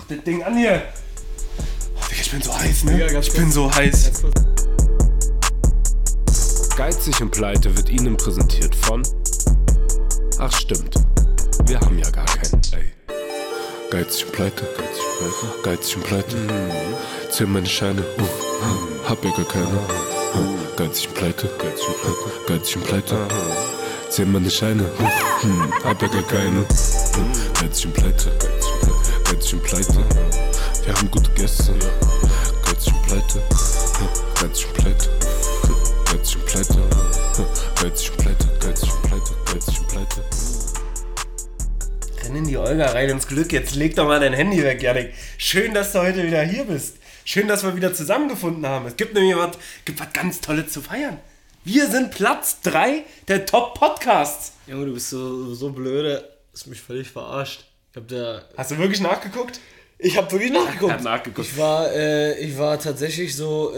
das Ding an hier. Oh, ich bin so heiß, ne? Ja, ich bin so heiß. Geizig und Pleite wird Ihnen präsentiert von... Ach stimmt, wir haben ja gar keinen, ey. Geizig und Pleite, geizig und Pleite. Zähl meine Scheine, hab ja gar keine. Geizig und Pleite, geizig und Pleite. Zähl meine Scheine, hab ja gar keine. Geizig und Pleite, geizig und Pleite. Wir haben gute Gäste, geizig und Pleite, geizig und Pleite. Geizig und Pleite, geizig und Pleite, geizig und Pleite, geizig und Pleite. Renn in die Olga rein ins Glück, jetzt leg doch mal dein Handy weg, Janik. Schön, dass du heute wieder hier bist. Schön, dass wir wieder zusammengefunden haben. Es gibt nämlich was ganz Tolles zu feiern. Wir sind Platz 3 der Top-Podcasts. Junge, du bist so blöde, hast mich völlig verarscht. Hast du wirklich nachgeguckt? Ich hab wirklich nachgeguckt. Ich hab nachgeguckt. Ich war tatsächlich so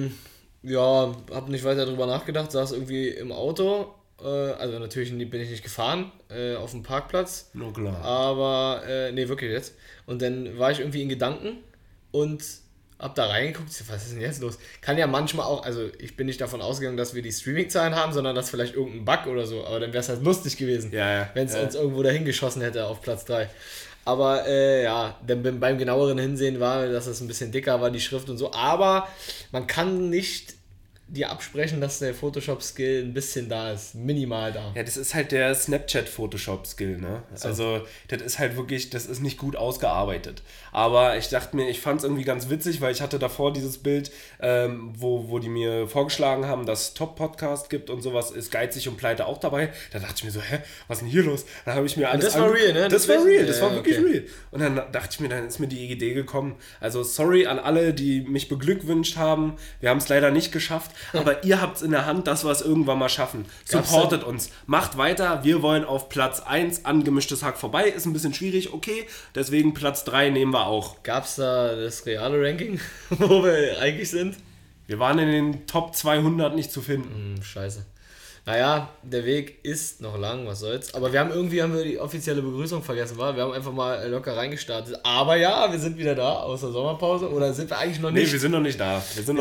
hab nicht weiter drüber nachgedacht, saß irgendwie im Auto, also natürlich bin ich nicht gefahren, auf dem Parkplatz. No klar. Aber, nee, wirklich jetzt. Und dann war ich irgendwie in Gedanken und hab da reingeguckt, was ist denn jetzt los? Kann ja manchmal auch, also ich bin nicht davon ausgegangen, dass wir die Streaming-Zahlen haben, sondern dass vielleicht irgendein Bug oder so, aber dann wäre es halt lustig gewesen, wenn es uns irgendwo dahin geschossen hätte auf Platz 3. Aber dann beim genaueren Hinsehen war, dass es ein bisschen dicker war, die Schrift und so. Aber man kann nicht dir absprechen, dass der Photoshop-Skill ein bisschen da ist. Minimal da. Ja, das ist halt der Snapchat-Photoshop-Skill, ne? So. Also, das ist halt wirklich, das ist nicht gut ausgearbeitet. Aber ich dachte mir, ich fand es irgendwie ganz witzig, weil ich hatte davor dieses Bild, wo die mir vorgeschlagen haben, dass es Top-Podcast gibt und sowas, ist Geizig und Pleite auch dabei. Da dachte ich mir so, was ist denn hier los? Dann habe ich mir alles das war real, ne? Das war real, das war wirklich real. Und dann dachte ich mir, dann ist mir die Idee gekommen. Also, sorry an alle, die mich beglückwünscht haben. Wir haben es leider nicht geschafft. Aber ihr habt es in der Hand, dass wir es irgendwann mal schaffen. Supportet uns. Macht weiter. Wir wollen auf Platz 1 an Gemischtes Hack vorbei. Ist ein bisschen schwierig, okay. Deswegen Platz 3 nehmen wir auch. Gab's da das reale Ranking, wo wir eigentlich sind? Wir waren in den Top 200 nicht zu finden. Scheiße. Naja, der Weg ist noch lang, was soll's. Aber wir haben die offizielle Begrüßung vergessen, war? Wir haben einfach mal locker reingestartet. Aber ja, wir sind wieder da, aus der Sommerpause. Oder sind wir eigentlich noch nicht? Nee, wir sind noch nicht da.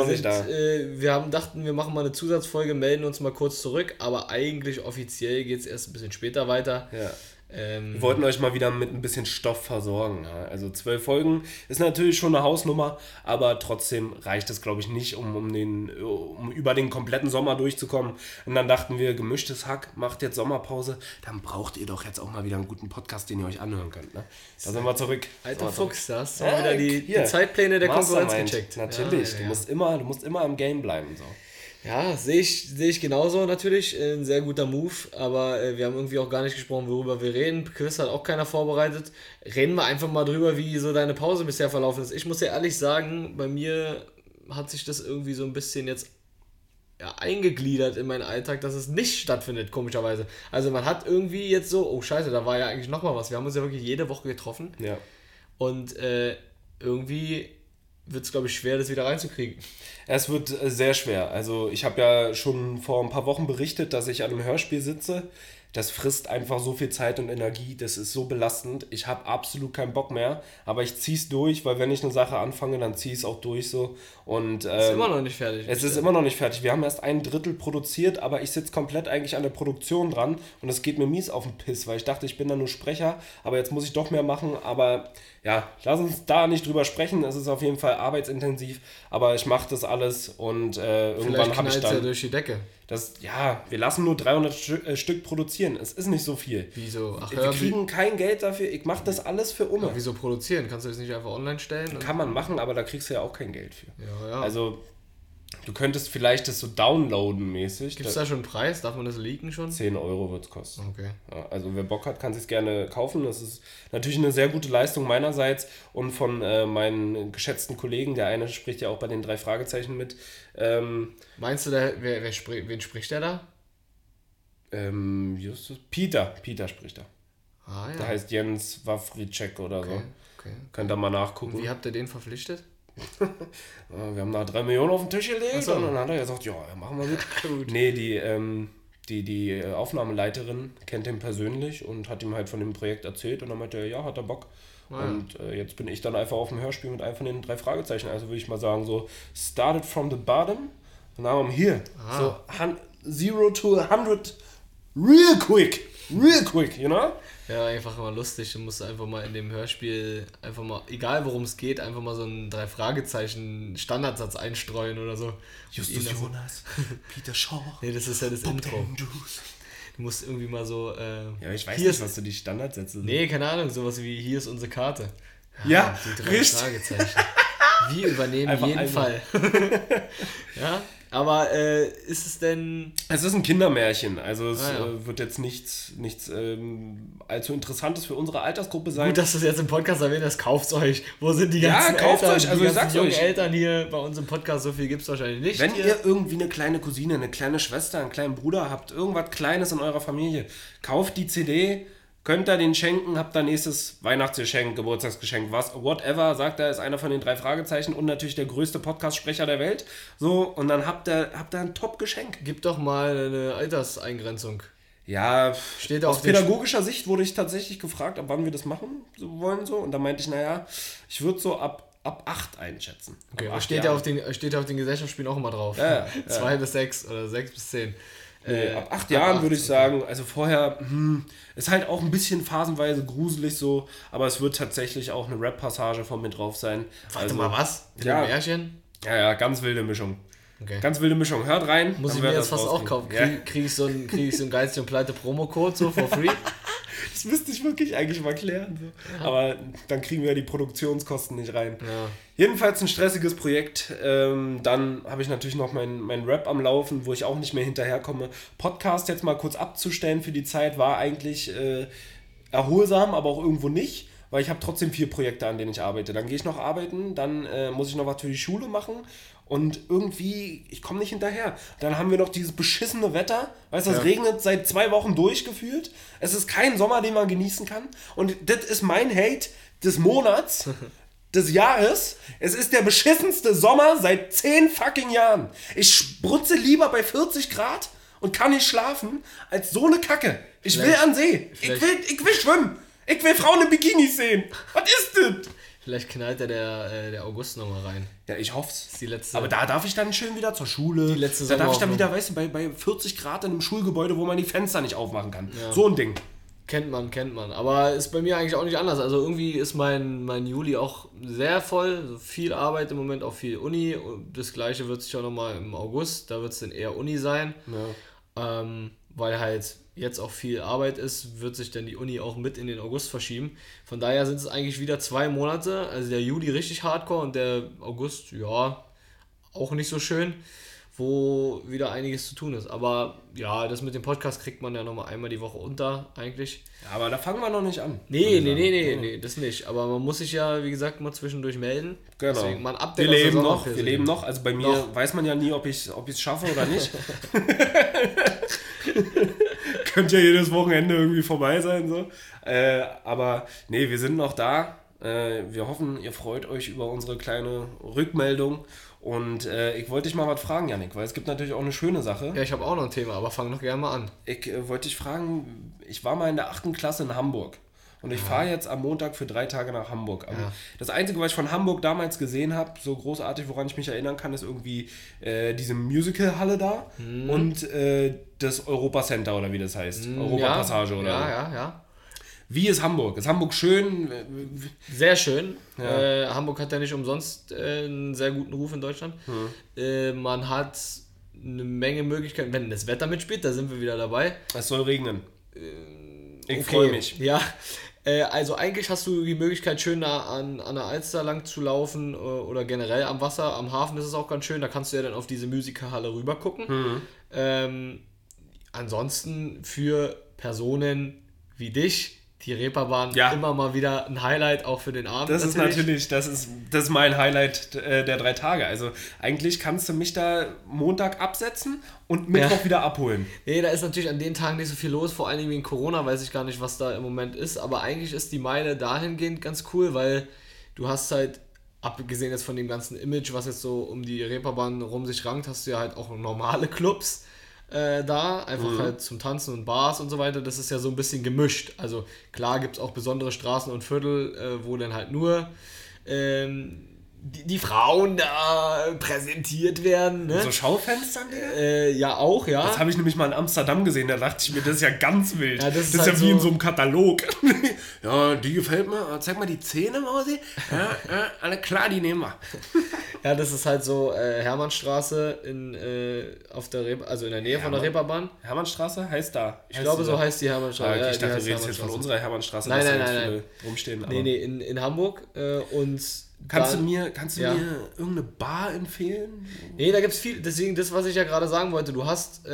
Wir dachten, wir machen mal eine Zusatzfolge, melden uns mal kurz zurück. Aber eigentlich offiziell geht's erst ein bisschen später weiter. Ja. Wir wollten euch mal wieder mit ein bisschen Stoff versorgen. Ja. Also 12 Folgen ist natürlich schon eine Hausnummer, aber trotzdem reicht es, glaube ich, nicht, um über den kompletten Sommer durchzukommen. Und dann dachten wir, Gemischtes Hack macht jetzt Sommerpause, dann braucht ihr doch jetzt auch mal wieder einen guten Podcast, den ihr euch anhören könnt. Ne? Da sind wir zurück. Alter Fuchs, da hast du wieder die Zeitpläne der Konkurrenz gecheckt. Natürlich, du musst immer im Game bleiben. So. Ja, sehe ich genauso natürlich. Ein sehr guter Move, aber wir haben irgendwie auch gar nicht gesprochen, worüber wir reden. Quiz hat auch keiner vorbereitet. Reden wir einfach mal drüber, wie so deine Pause bisher verlaufen ist. Ich muss ja ehrlich sagen, bei mir hat sich das irgendwie so ein bisschen jetzt eingegliedert in meinen Alltag, dass es nicht stattfindet, komischerweise. Also man hat irgendwie jetzt so, oh scheiße, da war ja eigentlich noch mal was. Wir haben uns ja wirklich jede Woche getroffen. Ja. Und irgendwie wird es, glaube ich, schwer, das wieder reinzukriegen. Es wird sehr schwer. Also ich habe ja schon vor ein paar Wochen berichtet, dass ich an einem Hörspiel sitze. Das frisst einfach so viel Zeit und Energie, das ist so belastend. Ich habe absolut keinen Bock mehr, aber ich ziehe es durch, weil wenn ich eine Sache anfange, dann ziehe ich es auch durch so. Und, ist immer noch nicht fertig. Es ist immer noch nicht fertig. Wir haben erst 1/3 produziert, aber ich sitze komplett eigentlich an der Produktion dran und es geht mir mies auf den Piss, weil ich dachte, ich bin da nur Sprecher, aber jetzt muss ich doch mehr machen. Aber ja, lass uns da nicht drüber sprechen. Es ist auf jeden Fall arbeitsintensiv, aber ich mache das alles und irgendwann habe ich dann... ja durch die Decke. Wir lassen nur 300 Stück produzieren. Es ist nicht so viel. Wieso? Wir kriegen kein Geld dafür. Ich mache das alles für Umme. Aber wieso produzieren? Kannst du das nicht einfach online stellen? Kann man machen, aber da kriegst du ja auch kein Geld für. Ja. Also, du könntest vielleicht das so downloaden mäßig. Gibt es da schon einen Preis? Darf man das leaken schon? 10 Euro wird es kosten. Okay. Ja, also, wer Bock hat, kann es gerne kaufen. Das ist natürlich eine sehr gute Leistung meinerseits und von meinen geschätzten Kollegen. Der eine spricht ja auch bei den 3 Fragezeichen mit. Meinst du, wen spricht der da? Justus? Peter spricht da. Ah, ja. Der heißt Jens Wawritschek oder so. Okay. Könnt ihr mal nachgucken. Und wie habt ihr den verpflichtet? Wir haben da 3 Millionen auf den Tisch gelegt und dann hat er gesagt, ja, machen wir mit. Gut. Nee, die Aufnahmeleiterin kennt ihn persönlich und hat ihm halt von dem Projekt erzählt und dann meinte er, ja, hat er Bock. Und jetzt bin ich dann einfach auf dem Hörspiel mit einem von den 3 Fragezeichen. Also würde ich mal sagen, so started from the bottom, now I'm here. So 0 to 100 real quick, you know? Ja, einfach immer lustig. Du musst einfach mal in dem Hörspiel einfach mal, egal worum es geht, einfach mal so einen 3 Fragezeichen Standardsatz einstreuen oder so. Justus Jonas, Peter Shaw. Nee, das ist ja das Bob Intro. Andrews. Du musst irgendwie mal so... ja, ich weiß nicht, was so die Standardsätze sind. Nee, keine Ahnung, sowas wie, hier ist unsere Karte. Ja, die 3 richtig. Fragezeichen. Wir übernehmen Einfach jeden einmal. Fall. Ja, aber ist es denn... Es ist ein Kindermärchen, also es ja. wird jetzt nichts allzu Interessantes für unsere Altersgruppe sein. Gut, dass du es jetzt im Podcast erwähnt hast, kauft's euch. Wo sind die ganzen kauft Eltern? euch, also die ich ganzen sag's jungen euch. Eltern hier bei uns im Podcast, so viel gibt's wahrscheinlich nicht. Wenn hier. ihr irgendwie eine kleine Cousine, eine kleine Schwester, einen kleinen Bruder habt, irgendwas Kleines in eurer Familie, kauft die CD, könnt ihr den schenken, habt da nächstes Weihnachtsgeschenk, Geburtstagsgeschenk, was, whatever, sagt er, ist einer von den 3 Fragezeichen und natürlich der größte Podcast-Sprecher der Welt. So, und dann habt ihr ein Top-Geschenk. Gib doch mal eine Alterseingrenzung. Ja, Steht aus auf den pädagogischer Sicht wurde ich tatsächlich gefragt, ab wann wir das machen wollen. So. Und da meinte ich, naja, ich würde so ab 8 einschätzen. Okay, ab aber 8 steht ja auf den Gesellschaftsspielen auch immer drauf. Ja. 2 bis 6 oder 6 bis 10. Nee, ab 8 Jahren würde ich sagen, also vorher ist halt auch ein bisschen phasenweise gruselig so, aber es wird tatsächlich auch eine Rap-Passage von mir drauf sein. Warte mal, was? Mit ja. dem Märchen? Ja, ganz wilde Mischung. Okay. Ganz wilde Mischung. Hört rein. Muss dann ich mir werdet jetzt ihr fast das auch kaufen. rauskriegen. Krieg ich so einen geizig und pleite Promo-Code so for free? Das müsste ich wirklich eigentlich mal klären. So. Ja. Aber dann kriegen wir ja die Produktionskosten nicht rein. Ja. Jedenfalls ein stressiges Projekt. Dann habe ich natürlich noch mein Rap am Laufen, wo ich auch nicht mehr hinterherkomme. Podcast jetzt mal kurz abzustellen für die Zeit war eigentlich erholsam, aber auch irgendwo nicht. Weil ich habe trotzdem 4 Projekte, an denen ich arbeite. Dann gehe ich noch arbeiten, dann muss ich noch was für die Schule machen und irgendwie, ich komme nicht hinterher. Dann haben wir noch dieses beschissene Wetter. Weißt du, es regnet seit 2 Wochen durchgefühlt. Es ist kein Sommer, den man genießen kann. Und das ist mein Hate des Monats, des Jahres. Es ist der beschissenste Sommer seit 10 fucking Jahren. Ich sprutze lieber bei 40 Grad und kann nicht schlafen, als so eine Kacke. Ich will an See. Ich will schwimmen. Ich will Frauen in Bikinis sehen. Was ist das? Vielleicht knallt der August nochmal rein. Ja, ich hoff's. Das ist die letzte. Aber da darf ich dann schön wieder zur Schule. Die letzte da darf ich dann Sommerhoffnung. wieder, weißt du, bei 40 Grad in einem Schulgebäude, wo man die Fenster nicht aufmachen kann. Ja. So ein Ding. Kennt man. Aber ist bei mir eigentlich auch nicht anders. Also irgendwie ist mein Juli auch sehr voll. Also viel Arbeit im Moment, auch viel Uni. Und das gleiche wird sich auch nochmal im August. Da wird es dann eher Uni sein. Ja. Weil halt jetzt auch viel Arbeit ist, wird sich dann die Uni auch mit in den August verschieben. Von daher sind es eigentlich wieder 2 Monate. Also der Juli richtig hardcore und der August, ja, auch nicht so schön, wo wieder einiges zu tun ist. Aber ja, das mit dem Podcast kriegt man ja nochmal einmal die Woche unter, eigentlich. Ja, aber da fangen wir noch nicht an. Nee, das nicht. Aber man muss sich ja, wie gesagt, mal zwischendurch melden. Genau. Deswegen mal ein Update Wir aus der leben noch. Sommerpause Wir leben geben. noch. Also bei mir weiß man ja nie, ob ich es schaffe oder nicht. Könnte ja jedes Wochenende irgendwie vorbei sein. So. Aber nee, wir sind noch da. Wir hoffen, ihr freut euch über unsere kleine Rückmeldung. Und ich wollte dich mal was fragen, Jannik, weil es gibt natürlich auch eine schöne Sache. Ja, ich habe auch noch ein Thema, aber fang doch gerne mal an. Ich wollte dich fragen, ich war mal in der 8. Klasse in Hamburg. Und ich fahre jetzt am Montag für 3 Tage nach Hamburg. Das Einzige, was ich von Hamburg damals gesehen habe, so großartig, woran ich mich erinnern kann, ist irgendwie diese Musical-Halle da und das Europa-Center oder wie das heißt. Europa-Passage oder so. Ja. Wie ist Hamburg? Ist Hamburg schön? Sehr schön. Ja. Hamburg hat ja nicht umsonst einen sehr guten Ruf in Deutschland. Man hat eine Menge Möglichkeiten, wenn das Wetter mitspielt, da sind wir wieder dabei. Es soll regnen. Ich freue mich. Ja, also eigentlich hast du die Möglichkeit, schön nah an der Alster lang zu laufen oder generell am Wasser. Am Hafen ist es auch ganz schön, da kannst du ja dann auf diese Musikerhalle rüber gucken. Ansonsten für Personen wie dich, die Reeperbahn, immer mal wieder ein Highlight, auch für den Abend. Das ist mein Highlight der 3 Tage. Also eigentlich kannst du mich da Montag absetzen und Mittwoch wieder abholen. Nee, da ist natürlich an den Tagen nicht so viel los, vor allem wegen Corona, weiß ich gar nicht, was da im Moment ist, aber eigentlich ist die Meile dahingehend ganz cool, weil du hast halt, abgesehen jetzt von dem ganzen Image, was jetzt so um die Reeperbahn rum sich rankt, hast du ja halt auch normale Clubs. da, einfach halt zum Tanzen und Bars und so weiter. Das ist ja so ein bisschen gemischt. Also klar gibt es auch besondere Straßen und Viertel, wo dann halt nur die Frauen da präsentiert werden. Ne? So Schaufenstern? Ja, auch, ja. Das habe ich nämlich mal in Amsterdam gesehen, da dachte ich mir, das ist ja ganz wild. Ja, das ist ja halt wie so in so einem Katalog. Ja, die gefällt mir. Zeig mal die Zähne, Mausi. Ja, alle klar, die nehmen wir. Ja, das ist halt so Hermannstraße in der Nähe von der Reeperbahn. Hermannstraße heißt da. Ich glaube, so heißt die Hermannstraße. Ich dachte, du redest jetzt von unserer Hermannstraße, nein. rumstehen. Nee, in Hamburg. Und Kannst du mir irgendeine Bar empfehlen? Nee, da gibt's viel. Deswegen, das, was ich ja gerade sagen wollte, du hast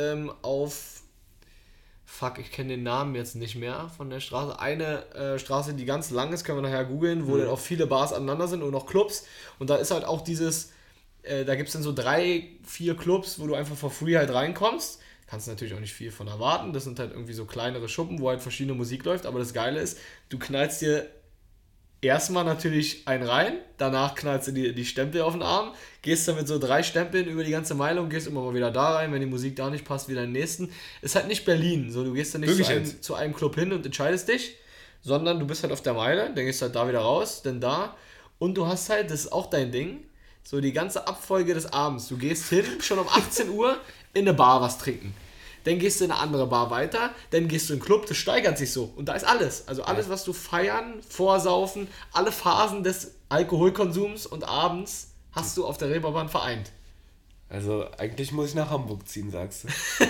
ich kenne den Namen jetzt nicht mehr von der Straße. Eine Straße, die ganz lang ist, können wir nachher googeln, wo dann auch viele Bars aneinander sind und auch Clubs. Und da ist halt auch da gibt es dann so 3-4 Clubs, wo du einfach for free halt reinkommst. Kannst natürlich auch nicht viel von erwarten. Das sind halt irgendwie so kleinere Schuppen, wo halt verschiedene Musik läuft. Aber das Geile ist, du knallst dir erstmal natürlich einen rein, danach knallst du dir die Stempel auf den Arm, gehst dann mit so 3 Stempeln über die ganze Meile und gehst immer mal wieder da rein, wenn die Musik da nicht passt, wieder in den nächsten. Ist halt nicht Berlin, so du gehst dann nicht zu einem Club hin und entscheidest dich, sondern du bist halt auf der Meile, dann gehst du halt da wieder raus, dann da und du hast halt, das ist auch dein Ding, so die ganze Abfolge des Abends. Du gehst hin, schon um 18 Uhr in eine Bar was trinken. Dann gehst du in eine andere Bar weiter, dann gehst du in den Club, das steigert sich so. Und da ist alles. Also alles, was du feiern, vorsaufen, alle Phasen des Alkoholkonsums und abends hast du auf der Reeperbahn vereint. Also eigentlich muss ich nach Hamburg ziehen, sagst du.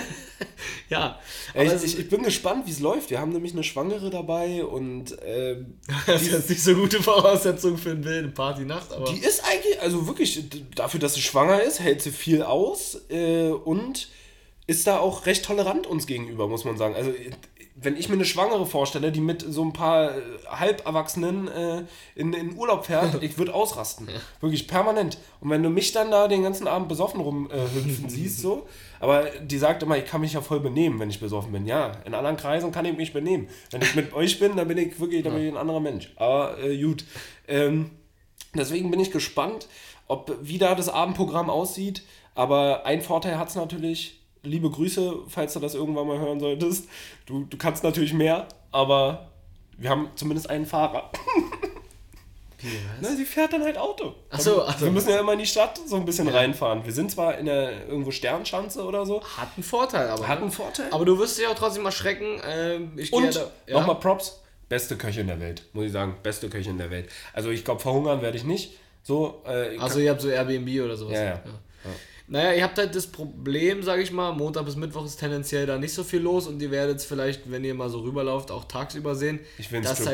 Ja. Ich bin gespannt, wie es läuft. Wir haben nämlich eine Schwangere dabei und das ist jetzt nicht so gute Voraussetzung für eine wilde Partynacht, aber... Die ist eigentlich, also wirklich, dafür, dass sie schwanger ist, hält sie viel aus und ist da auch recht tolerant uns gegenüber, muss man sagen. Also wenn ich mir eine Schwangere vorstelle, die mit so ein paar Halberwachsenen in Urlaub fährt, ich würde ausrasten. Ja. Wirklich permanent. Und wenn du mich dann da den ganzen Abend besoffen rumhüpfen siehst, so, aber die sagt immer, ich kann mich ja voll benehmen, wenn ich besoffen bin. Ja, in anderen Kreisen kann ich mich benehmen. Wenn ich mit euch bin, dann bin ich wirklich bin ich ein anderer Mensch. Aber gut. Deswegen bin ich gespannt, wie da das Abendprogramm aussieht. Aber ein Vorteil hat es natürlich. Liebe Grüße, falls du das irgendwann mal hören solltest. Du kannst natürlich mehr, aber wir haben zumindest einen Fahrer. Wie, was? Na, sie fährt dann halt Auto. Achso. Wir müssen ja immer in die Stadt so ein bisschen reinfahren. Wir sind zwar in der irgendwo Sternschanze oder so. Hat einen Vorteil, aber. Aber du wirst dich auch trotzdem erschrecken. Nochmal Props. Beste Köchin der Welt, muss ich sagen. Beste Köchin der Welt. Also ich glaube, verhungern werde ich nicht. So, ihr habt so Airbnb oder sowas. Ja. Naja, ihr habt halt das Problem, sag ich mal, Montag bis Mittwoch ist tendenziell da nicht so viel los und ihr werdet es vielleicht, wenn ihr mal so rüberlauft, auch tagsüber sehen. Das ist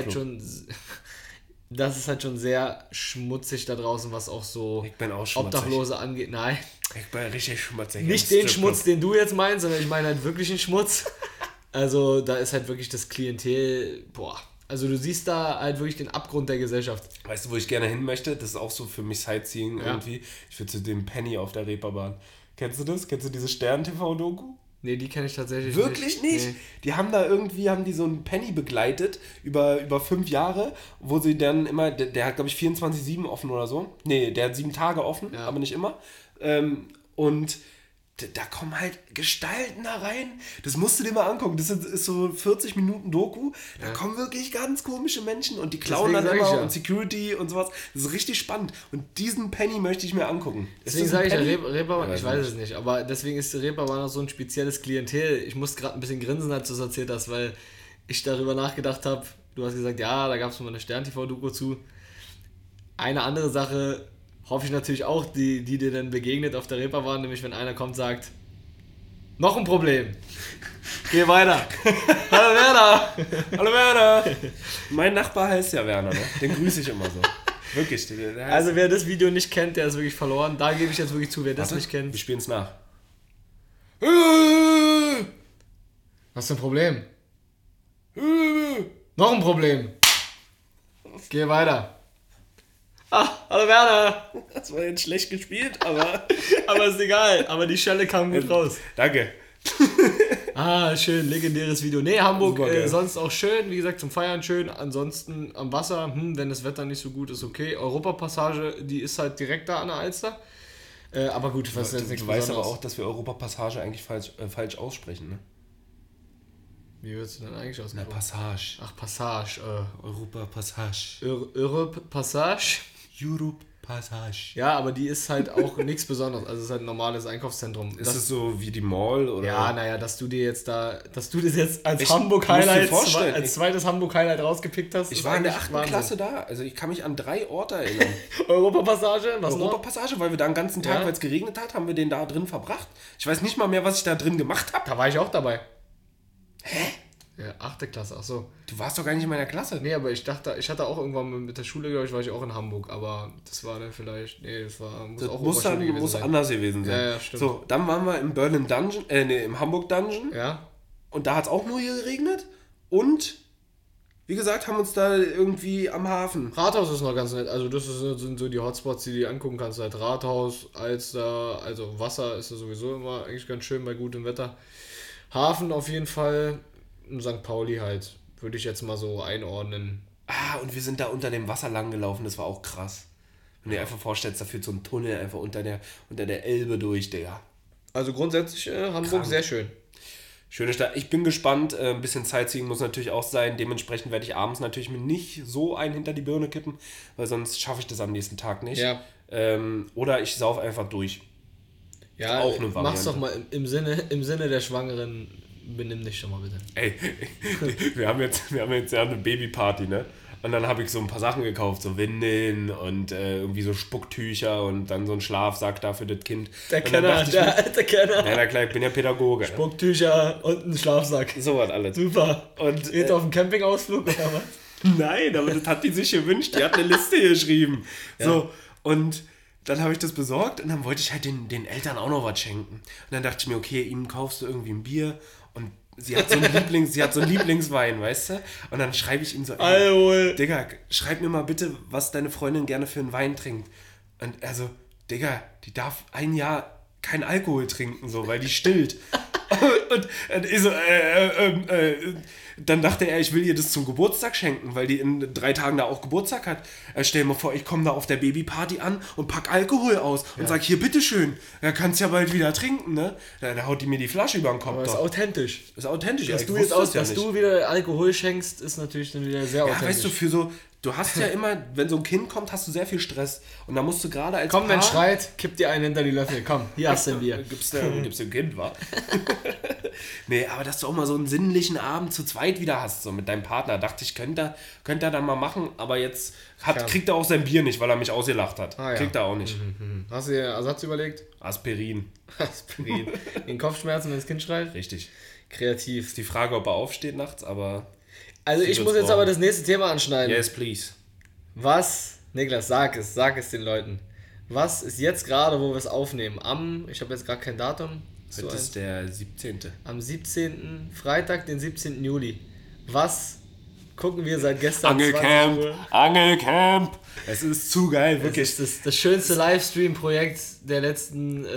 halt schon sehr schmutzig da draußen, was auch so Obdachlose angeht. Nein. Ich bin richtig schmutzig. Nicht den Schmutz, den du jetzt meinst, sondern ich meine halt wirklich den Schmutz. Also da ist halt wirklich das Klientel, also du siehst da halt wirklich den Abgrund der Gesellschaft. Weißt du, wo ich gerne hin möchte? Das ist auch so für mich Sightseeing irgendwie. Ich will zu dem Penny auf der Reeperbahn. Kennst du das? Kennst du diese Stern-TV-Doku? Nee, die kenne ich tatsächlich Wirklich nicht? Nee. Die haben da irgendwie, so einen Penny begleitet über 5 Jahre, wo sie dann immer, der hat glaube ich 24/7 offen oder so. Nee, der hat 7 Tage offen, aber nicht immer. Und da kommen halt Gestalten da rein. Das musst du dir mal angucken. Das ist so 40 Minuten Doku. Da kommen wirklich ganz komische Menschen und die klauen dann immer und Security und sowas. Das ist richtig spannend. Und diesen Penny möchte ich mir angucken. Deswegen sage ich ja, Reeperbahn, ich weiß es nicht, aber deswegen ist Reeperbahn auch so ein spezielles Klientel. Ich muss gerade ein bisschen grinsen, als du es erzählt hast, weil ich darüber nachgedacht habe. Du hast gesagt, ja, da gab es mal eine Stern-TV-Doku zu. Eine andere Sache hoffe ich natürlich auch, die dir dann begegnet auf der Reeperbahn, nämlich wenn einer kommt und sagt, noch ein Problem. Geh weiter. Hallo Werner. Hallo Werner. Mein Nachbar heißt ja Werner, ne? Den grüße ich immer so. Wirklich. Also wer das Video nicht kennt, der ist wirklich verloren. Da gebe ich jetzt wirklich zu, wer das nicht kennt. Wir spielen es nach. Was für ein Problem? Noch ein Problem. Geh weiter. Hallo Werner! Das war jetzt schlecht gespielt, aber ist egal. Aber die Schelle kam gut raus. Danke. Schön, legendäres Video. Nee, Hamburg sonst auch schön. Wie gesagt, zum Feiern schön. Ansonsten am Wasser, wenn das Wetter nicht so gut ist, okay. Europapassage, die ist halt direkt da an der Alster. Aber gut, was ist jetzt nichts Du weißt aber Besonderes. auch, dass wir Europapassage eigentlich falsch aussprechen, ne? Wie würdest du denn eigentlich Na, ausgesprochen? Passage. Ach, Passage. Europapassage. Europe Passage? Europapassage. Ja, aber die ist halt auch nichts Besonderes. Also es ist halt ein normales Einkaufszentrum. Ist es so wie die Mall, oder? Ja, naja, dass du das jetzt als Ich Hamburg-Highlight, muss dir vorstellen, als zweites Hamburg-Highlight rausgepickt hast. Ich ist war in der eigentlich 8. Wahnsinn. Klasse da. Also ich kann mich an 3 Orte erinnern. Europapassage, was noch? Europapassage, weil wir da den ganzen Tag, Ja. weil es geregnet hat, haben wir den da drin verbracht. Ich weiß nicht mal mehr, was ich da drin gemacht habe. Da war ich auch dabei. Hä? Ja, 8. Klasse, ach so. Du warst doch gar nicht in meiner Klasse. Nee, aber ich dachte, ich hatte auch irgendwann mit der Schule, glaube ich, war ich auch in Hamburg, aber das war dann vielleicht, muss Das auch muss Oberschule gewesen muss sein. anders gewesen sein. Ja, stimmt. So, dann waren wir im Berlin Dungeon, im Hamburg Dungeon. Ja, Und da hat es auch nur hier geregnet. Und, wie gesagt, haben uns da irgendwie am Hafen. Rathaus ist noch ganz nett, also das sind so die Hotspots, die du dir angucken kannst, halt Rathaus, Alster, also Wasser ist ja sowieso immer eigentlich ganz schön bei gutem Wetter. Hafen auf jeden Fall, und St. Pauli halt, würde ich jetzt mal so einordnen. Ah, und wir sind da unter dem Wasser lang gelaufen, das war auch krass. Wenn du dir einfach vorstellst, da führt so ein Tunnel einfach unter der Elbe durch, Digga. Also grundsätzlich Hamburg Krank. sehr schön. Schöne Stadt. Ich bin gespannt. Ein bisschen Sightseeing muss natürlich auch sein. Dementsprechend werde ich abends natürlich mir nicht so einen hinter die Birne kippen, weil sonst schaffe ich das am nächsten Tag nicht. Ja. Oder ich sauf einfach durch. Ja, Auch eine mach's Variante. doch mal im Sinne der Schwangeren, benimm dich schon mal bitte. Ey, wir haben jetzt ja eine Babyparty, ne? Und dann habe ich so ein paar Sachen gekauft, so Windeln und irgendwie so Spucktücher und dann so ein Schlafsack da für das Kind. Der Und dann Kenner, dachte ich mir, der Kenner. ja, na klar, ich bin ja Pädagoge. Ne? Spucktücher und ein Schlafsack. So was alles. Super. Und Geht auf einen Campingausflug oder was? nein, aber das hat die sich gewünscht. Die hat eine Liste geschrieben. So, und dann habe ich das besorgt und dann wollte ich halt den Eltern auch noch was schenken. Und dann dachte ich mir, okay, ihm kaufst du irgendwie ein Bier und sie hat so einen Lieblingswein, weißt du? Und dann schreibe ich ihm so, ey, Alkohol. Digga, schreib mir mal bitte, was deine Freundin gerne für einen Wein trinkt. Und also, Digga, die darf ein Jahr kein Alkohol trinken, so, weil die stillt. und ich so, dann dachte er, ich will ihr das zum Geburtstag schenken, weil die in 3 Tagen da auch Geburtstag hat. Stell dir mal vor, ich komme da auf der Babyparty an und pack Alkohol aus und sag, hier, bitteschön, da kannst ja bald wieder trinken, ne? Da haut die mir die Flasche über den Kopf. Aber ist doch. authentisch. Ist authentisch. Dass ich du jetzt wusste es ja dass nicht. du wieder Alkohol schenkst, ist natürlich dann wieder sehr Ja, authentisch. weißt du, du hast ja immer, wenn so ein Kind kommt, hast du sehr viel Stress. Und da musst du gerade als Komm, wenn Paar... schreit, kipp dir einen hinter die Löffel. Komm, hier hast du ein Bier. Gibst du ein Kind, wa? Nee, aber dass du auch mal so einen sinnlichen Abend zu zweit wieder hast, so mit deinem Partner. Dachte ich, könnte er dann mal machen, aber jetzt kriegt er auch sein Bier nicht, weil er mich ausgelacht hat. Ah, ja. Kriegt er auch nicht. Hast du dir Ersatz überlegt? Aspirin. Aspirin. Den Kopfschmerzen, wenn das Kind schreit? Richtig. Kreativ. Ist die Frage, ob er aufsteht nachts, aber... Also ich muss jetzt aber das nächste Thema anschneiden. Yes, please. Was, Niklas, sag es den Leuten. Was ist jetzt gerade, wo wir es aufnehmen? ich habe jetzt gar kein Datum. Heute ist der 17. Am 17. Freitag, den 17. Juli. Was gucken wir seit gestern? 20 Uhr? Angelcamp. Es ist zu geil, wirklich. Das ist das schönste Livestream-Projekt der letzten,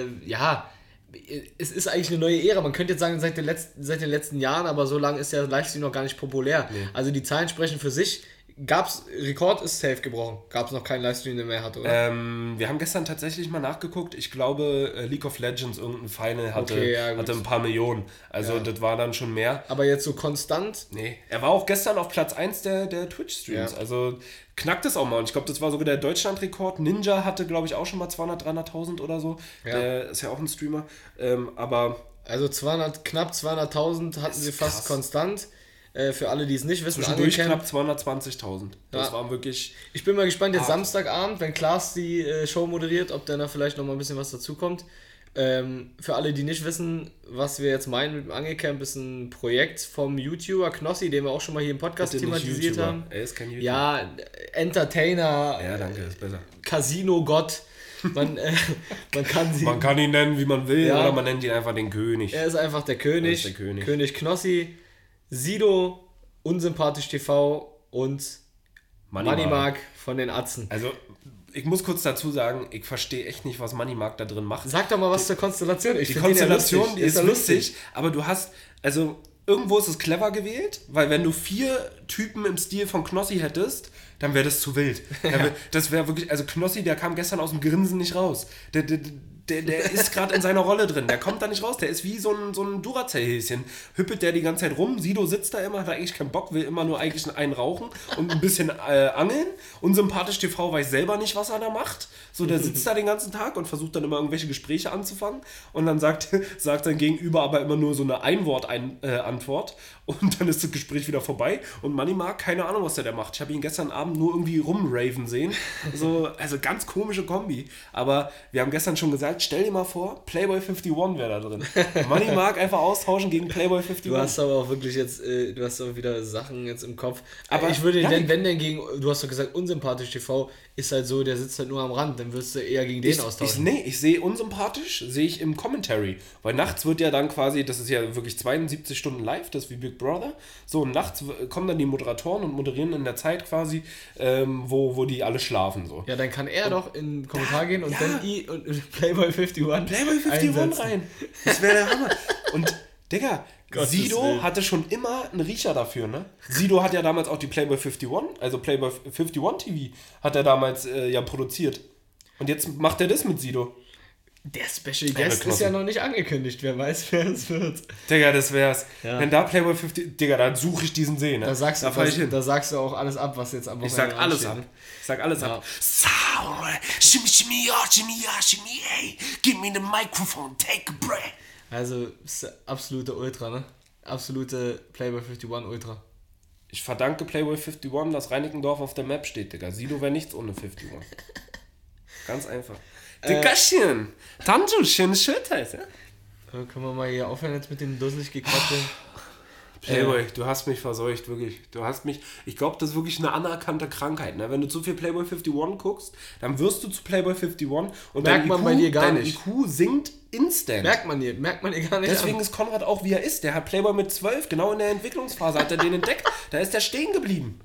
es ist eigentlich eine neue Ära. Man könnte jetzt sagen, seit den letzten Jahren, aber so lange ist der Livestream noch gar nicht populär. Nee. Also die Zahlen sprechen für sich. Rekord ist safe gebrochen. Gab es noch keinen Livestream, der mehr hatte, oder? Wir haben gestern tatsächlich mal nachgeguckt. Ich glaube, League of Legends, irgendein Final hatte ein paar Millionen. Also das war dann schon mehr. Aber jetzt so konstant? Nee, er war auch gestern auf Platz 1 der Twitch-Streams. Ja. Also knackt es auch mal. Und ich glaube, das war sogar der Deutschland-Rekord. Ninja hatte, glaube ich, auch schon mal 200.000, 300.000 oder so. Ja. Der ist ja auch ein Streamer. Aber... Also knapp 200.000 hatten sie fast krass. Konstant. Für alle, die es nicht wissen, zwischendurch knapp 220.000. Das Ja. war wirklich... Ich bin mal gespannt, jetzt Samstagabend, wenn Klaas die Show moderiert, ob da vielleicht noch mal ein bisschen was dazukommt. Für alle, die nicht wissen, was wir jetzt meinen mit dem Angelcamp, ist ein Projekt vom YouTuber Knossi, den wir auch schon mal hier im Podcast thematisiert haben. Er ist kein YouTuber. Ja, Entertainer, Ja, danke, ist besser. Casino-Gott. Man kann ihn nennen, wie man will, Ja. oder man nennt ihn einfach den König. Er ist einfach der König. Er ist der König. König Knossi, Sido, Unsympathisch TV und Moneymark von den Atzen. Also, ich muss kurz dazu sagen, ich verstehe echt nicht, was Moneymark da drin macht. Sag doch mal was zur Konstellation. Die Konstellation, die ist lustig, aber du hast, also irgendwo ist es clever gewählt, weil wenn du 4 Typen im Stil von Knossi hättest, dann wäre das zu wild. Das wäre wirklich, also Knossi, der kam gestern aus dem Grinsen nicht raus. Der ist gerade in seiner Rolle drin, der kommt da nicht raus, der ist wie so ein Duracell-Häschen. Hüppelt der die ganze Zeit rum, Sido sitzt da immer, hat eigentlich keinen Bock, will immer nur eigentlich einen rauchen und ein bisschen angeln. Unsympathisch TV weiß selber nicht, was er da macht. So, der sitzt da den ganzen Tag und versucht dann immer irgendwelche Gespräche anzufangen und dann sagt sein Gegenüber aber immer nur so eine Antwort und dann ist das Gespräch wieder vorbei und Money Mark, keine Ahnung, was der macht. Ich habe ihn gestern Abend nur irgendwie rumraven sehen. So, also ganz komische Kombi. Aber wir haben gestern schon gesagt, stell dir mal vor, Playboy 51 wäre da drin. Money Mark einfach austauschen gegen Playboy 51. Du hast aber auch wirklich jetzt, du hast auch wieder Sachen jetzt im Kopf. Aber ich würde, wenn denn gegen, du hast doch gesagt, unsympathisch TV ist halt so, der sitzt halt nur am Rand, dann wirst du eher gegen den austauschen. Ich sehe unsympathisch, sehe ich im Commentary. Weil nachts wird ja dann quasi, das ist ja wirklich 72 Stunden live, das ist wie Big Brother. So, und nachts kommen dann die Moderatoren und moderieren in der Zeit quasi, wo die alle schlafen. So. Ja, dann kann er doch in den Kommentar gehen und dann Playboy 51 rein. Das wäre der Hammer. Und, Digga, Gottes Sido Willen. hatte schon immer einen Riecher dafür, ne? Sido hat ja damals auch die Playboy 51, also Playboy 51 TV, hat er damals ja produziert. Und jetzt macht er das mit Sido. Der Special Guest ist ja noch nicht angekündigt, wer weiß, wer es wird. Digga, das wär's. Ja. Wenn da Playboy 50, Digga, dann suche ich diesen See, ne? Da sagst du auch alles ab, was jetzt am Ich sag alles ab. Ja. Sour, shimmy, shimmy, ja, shimmy, ja, shimmy, hey, give me the microphone, take a breath. Also, ist absolute Ultra, ne? Absolute Playboy 51 Ultra. Ich verdanke Playboy 51, dass Reinickendorf auf der Map steht, Digga. Sido wäre nichts ohne 51. Ganz einfach. Diggachen, Tanju, schönes Schildteil, ja? Können wir mal hier aufhören jetzt mit dem dusselig Gequatsche? Playboy, du hast mich verseucht, wirklich. Du hast mich, ich glaube, das ist wirklich eine anerkannte Krankheit. Ne? Wenn du zu viel Playboy 51 guckst, dann wirst du zu Playboy 51 und merkt man bei dir gar nicht. Dein IQ sinkt instant. Merkt man dir gar nicht. Deswegen ist Konrad auch, wie er ist. Der hat Playboy mit 12, genau in der Entwicklungsphase, hat er den entdeckt. Da ist er stehen geblieben.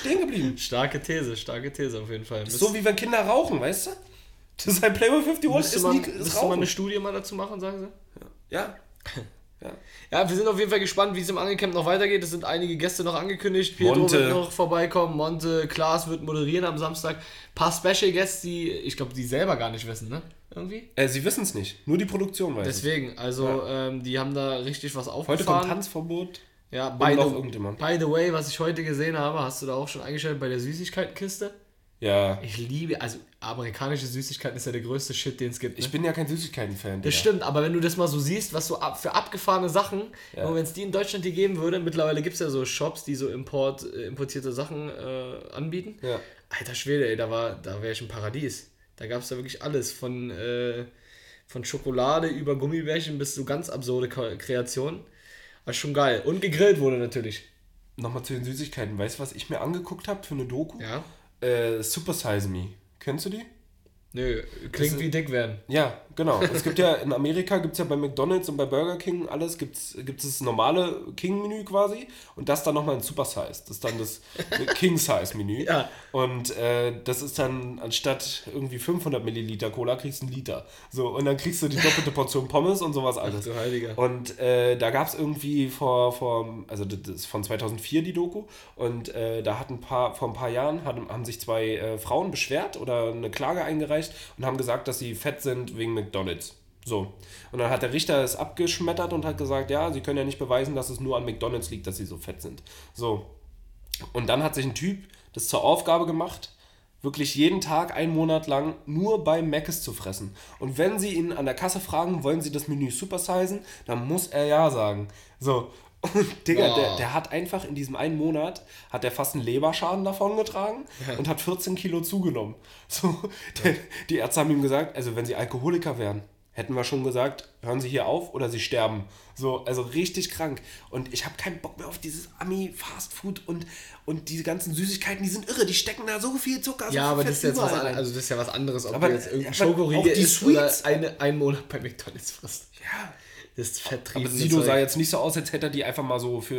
Starke These auf jeden Fall. Das ist so, wie wenn Kinder rauchen, weißt du? Das ist ein Playboy 51 ist Müsste Rauchen. man eine Studie mal dazu machen, sagen sie? Ja. Ja, wir sind auf jeden Fall gespannt, wie es im Angelcamp noch weitergeht. Es sind einige Gäste noch angekündigt. Pietro wird noch vorbeikommen. Monte, Klaas wird moderieren am Samstag. Ein paar Special Guests, die, ich glaube, die selber gar nicht wissen, ne? Irgendwie? Sie wissen es nicht. Nur die Produktion weiß es. Deswegen, also die haben da richtig was aufgefahren. Heute kommt Tanzverbot. Ja, by the way, was ich heute gesehen habe, hast du da auch schon eingestellt bei der Süßigkeitenkiste? Ja. Ich liebe, also amerikanische Süßigkeiten ist ja der größte Shit, den es gibt. Ne? Ich bin ja kein Süßigkeiten-Fan. Das stimmt, aber wenn du das mal so siehst, was so für abgefahrene Sachen, wenn es die in Deutschland die geben würde, mittlerweile gibt es ja so Shops, die so importierte Sachen anbieten. Ja. Alter Schwede, ey, da wäre ich im Paradies. Da gab es da wirklich alles, von Schokolade über Gummibärchen bis so ganz absurde Kreationen. War schon geil. Und gegrillt wurde natürlich. Nochmal zu den Süßigkeiten. Weißt du, was ich mir angeguckt habe für eine Doku? Ja. Super Size Me. Kennst du die? Nö, klingt wie dick werden. Ja, genau. Es gibt ja in Amerika, gibt es ja bei McDonald's und bei Burger King alles, gibt es das normale King-Menü quasi und das dann nochmal in Super Size. Das ist dann das King-Size-Menü. Ja. Und das ist dann anstatt irgendwie 500 Milliliter Cola, kriegst du einen Liter. So, und dann kriegst du die doppelte Portion Pommes und sowas alles. Ach du Heiliger. Und da gab es irgendwie also das ist von 2004 die Doku und da hat vor ein paar Jahren haben sich zwei Frauen beschwert oder eine Klage eingereicht und haben gesagt, dass sie fett sind wegen McDonald's. So. Und dann hat der Richter es abgeschmettert und hat gesagt, ja, sie können ja nicht beweisen, dass es nur an McDonald's liegt, dass sie so fett sind. So. Und dann hat sich ein Typ das zur Aufgabe gemacht, wirklich jeden Tag 1 Monat lang nur bei Mc's zu fressen. Und wenn sie ihn an der Kasse fragen, wollen sie das Menü supersizen, dann muss er ja sagen. So. Und Digga, der hat einfach in diesem 1 Monat, hat er fast einen Leberschaden davon getragen und hat 14 Kilo zugenommen. So, die Ärzte haben ihm gesagt, also wenn sie Alkoholiker wären, hätten wir schon gesagt, hören Sie hier auf oder Sie sterben. So, also richtig krank. Und ich habe keinen Bock mehr auf dieses Ami-Fastfood und diese ganzen Süßigkeiten, die sind irre, die stecken da so viel Zucker. Ja, so aber das ist jetzt das ist ja was anderes, ob du jetzt irgendein Schokoriegel isst oder einen Monat bei McDonald's frisst. Ja. Das fetttriebende Aber Sido sah jetzt nicht so aus, als hätte er die einfach mal so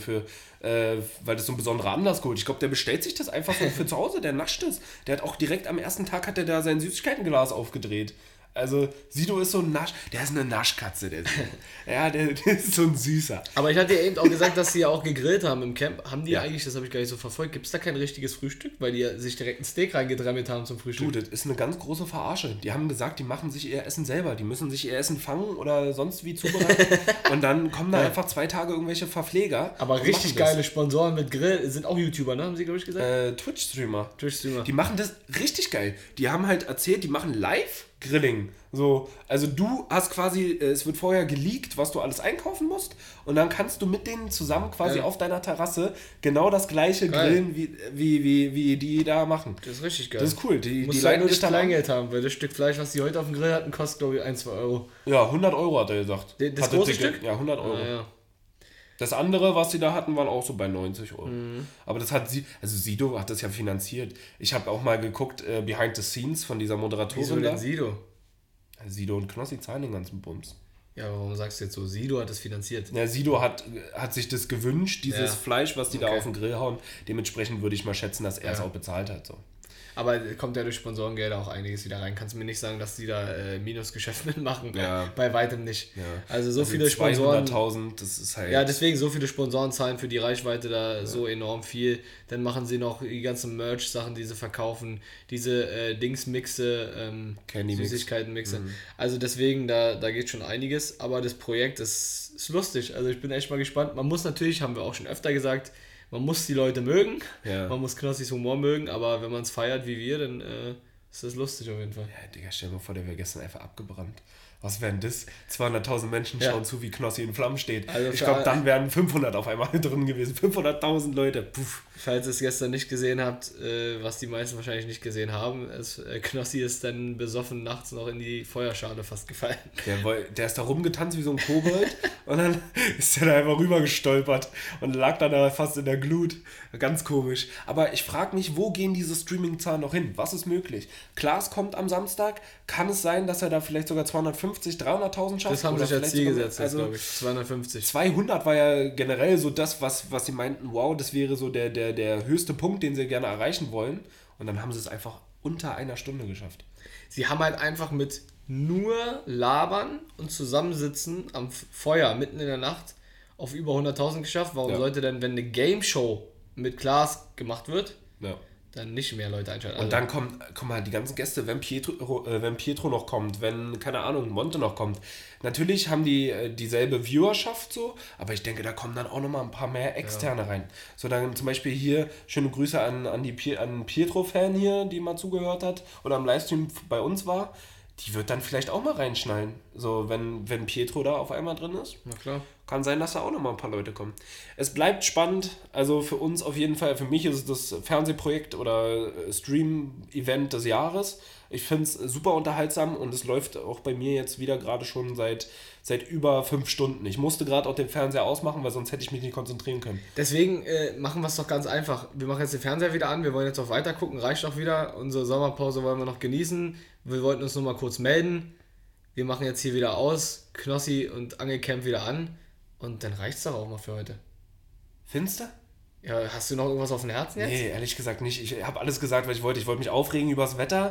weil das so ein besonderer Anlass geholt. Ich glaube, der bestellt sich das einfach so für zu Hause, der nascht es. Der hat auch direkt am ersten Tag hat er da sein Süßigkeitenglas aufgedreht. Also Sido ist so ein der ist eine Naschkatze, der Sido. Ja, der ist so ein Süßer. Aber ich hatte ja eben auch gesagt, dass sie ja auch gegrillt haben im Camp. Haben die eigentlich, das habe ich gar nicht so verfolgt, gibt es da kein richtiges Frühstück? Weil die sich direkt ein Steak reingedremmelt haben zum Frühstück. Du, das ist eine ganz große Verarsche. Die haben gesagt, die machen sich ihr Essen selber. Die müssen sich ihr Essen fangen oder sonst wie zubereiten. Und dann kommen da einfach 2 Tage irgendwelche Verpfleger. Aber richtig geile Sponsoren mit Grill sind auch YouTuber, ne? Haben sie, glaube ich, gesagt? Twitch-Streamer. Twitch-Streamer. Die machen das richtig geil. Die haben halt erzählt, die machen Live-Grilling. So, also du hast quasi, es wird vorher geleakt, was du alles einkaufen musst und dann kannst du mit denen zusammen quasi auf deiner Terrasse genau das gleiche grillen, wie die da machen. Das ist richtig geil. Das ist cool. Die musst halt nur das Kleingeld haben, weil das Stück Fleisch, was die heute auf dem Grill hatten, kostet, glaube ich, 1-2 Euro. Ja, 100 Euro hat er gesagt. Das große Stück? Ja, 100 Euro. Ja. Das andere, was sie da hatten, waren auch so bei 90 Euro. Aber das hat Sido hat das ja finanziert. Ich habe auch mal geguckt, behind the scenes von dieser Moderatorin. Wieso denn Sido? Sido und Knossi zahlen den ganzen Bums. Ja, aber warum sagst du jetzt so? Sido hat das finanziert. Ja, Sido hat sich das gewünscht, dieses Fleisch, was die da auf den Grill hauen. Dementsprechend würde ich mal schätzen, dass er es auch bezahlt hat. So. Aber kommt ja durch Sponsorengelder auch einiges wieder rein. Kannst du mir nicht sagen, dass die da Minusgeschäft mitmachen? Ja. Bei weitem nicht. Ja. Also viele Sponsoren. 200.000, das ist halt... Ja, deswegen so viele Sponsoren zahlen für die Reichweite da so enorm viel. Dann machen sie noch die ganzen Merch-Sachen, die sie verkaufen. Diese Dingsmixe, Süßigkeiten-Mixe. Also deswegen, da geht schon einiges. Aber das Projekt ist lustig. Also ich bin echt mal gespannt. Man muss natürlich, haben wir auch schon öfter gesagt, man muss die Leute mögen, man muss Knossis Humor mögen, aber wenn man es feiert wie wir, dann ist das lustig auf jeden Fall. Ja, Digga, stell dir mal vor, der wäre gestern einfach abgebrannt. Was wären das? 200.000 Menschen schauen zu, wie Knossi in Flammen steht. Also ich glaube, dann wären 500 auf einmal drin gewesen. 500.000 Leute. Puff. Falls ihr es gestern nicht gesehen habt, was die meisten wahrscheinlich nicht gesehen haben, Knossi ist dann besoffen nachts noch in die Feuerschale fast gefallen. Der ist da rumgetanzt wie so ein Kobold und dann ist der da einfach rüber gestolpert und lag dann da fast in der Glut. Ganz komisch. Aber ich frage mich, wo gehen diese Streaming-Zahlen noch hin? Was ist möglich? Klaas kommt am Samstag. Kann es sein, dass er da vielleicht sogar 250.000, 300.000 schafft? Das haben sich als Ziel gesetzt, also glaube ich. 250. 200 war ja generell so das, was sie meinten, wow, das wäre so der höchste Punkt, den sie gerne erreichen wollen. Und dann haben sie es einfach unter einer Stunde geschafft. Sie haben halt einfach mit nur labern und zusammensitzen am Feuer mitten in der Nacht auf über 100.000 geschafft. Warum sollte denn, wenn eine Game-Show mit Klaas gemacht wird, dann nicht mehr Leute einschalten? Und dann kommen halt die ganzen Gäste, wenn Pietro noch kommt, wenn, keine Ahnung, Monte noch kommt. Natürlich haben die dieselbe Viewerschaft so, aber ich denke, da kommen dann auch nochmal ein paar mehr Externe rein. So, dann zum Beispiel hier, schöne Grüße an Pietro-Fan hier, die mal zugehört hat oder am Livestream bei uns war. Die wird dann vielleicht auch mal reinschnallen, so wenn Pietro da auf einmal drin ist. Na klar. Kann sein, dass da auch nochmal ein paar Leute kommen. Es bleibt spannend, also für uns auf jeden Fall, für mich ist es das Fernsehprojekt oder Stream-Event des Jahres. Ich finde es super unterhaltsam und es läuft auch bei mir jetzt wieder gerade schon seit über 5 Stunden. Ich musste gerade auch den Fernseher ausmachen, weil sonst hätte ich mich nicht konzentrieren können. Deswegen machen wir es doch ganz einfach. Wir machen jetzt den Fernseher wieder an, wir wollen jetzt auch weiter gucken, reicht auch wieder. Unsere Sommerpause wollen wir noch genießen. Wir wollten uns nur mal kurz melden. Wir machen jetzt hier wieder aus, Knossi und Angelcamp wieder an und dann reicht es doch auch mal für heute. Findest du? Ja, hast du noch irgendwas auf dem Herzen jetzt? Nee, ehrlich gesagt nicht. Ich habe alles gesagt, was ich wollte. Ich wollte mich aufregen über das Wetter.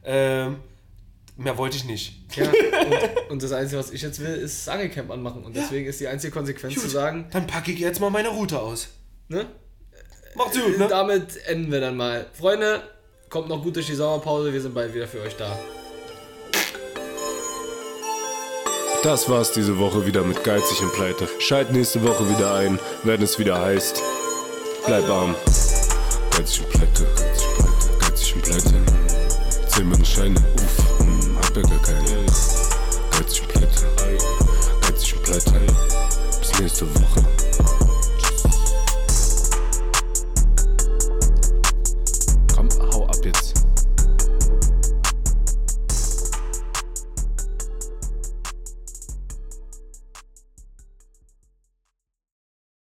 Mehr wollte ich nicht. Ja, und das Einzige, was ich jetzt will, ist das Angelcamp anmachen. Und deswegen ist die einzige Konsequenz zu sagen... Dann packe ich jetzt mal meine Route aus. Ne? Macht's gut, ne? Damit enden wir dann mal. Freunde, kommt noch gut durch die Sommerpause. Wir sind bald wieder für euch da. Das war's diese Woche wieder mit Geizig und Pleite. Schalt nächste Woche wieder ein, wenn es wieder heißt: Bleib arm. Geizig und Pleite, geizig und Pleite, geizig und Pleite. 10 Scheine.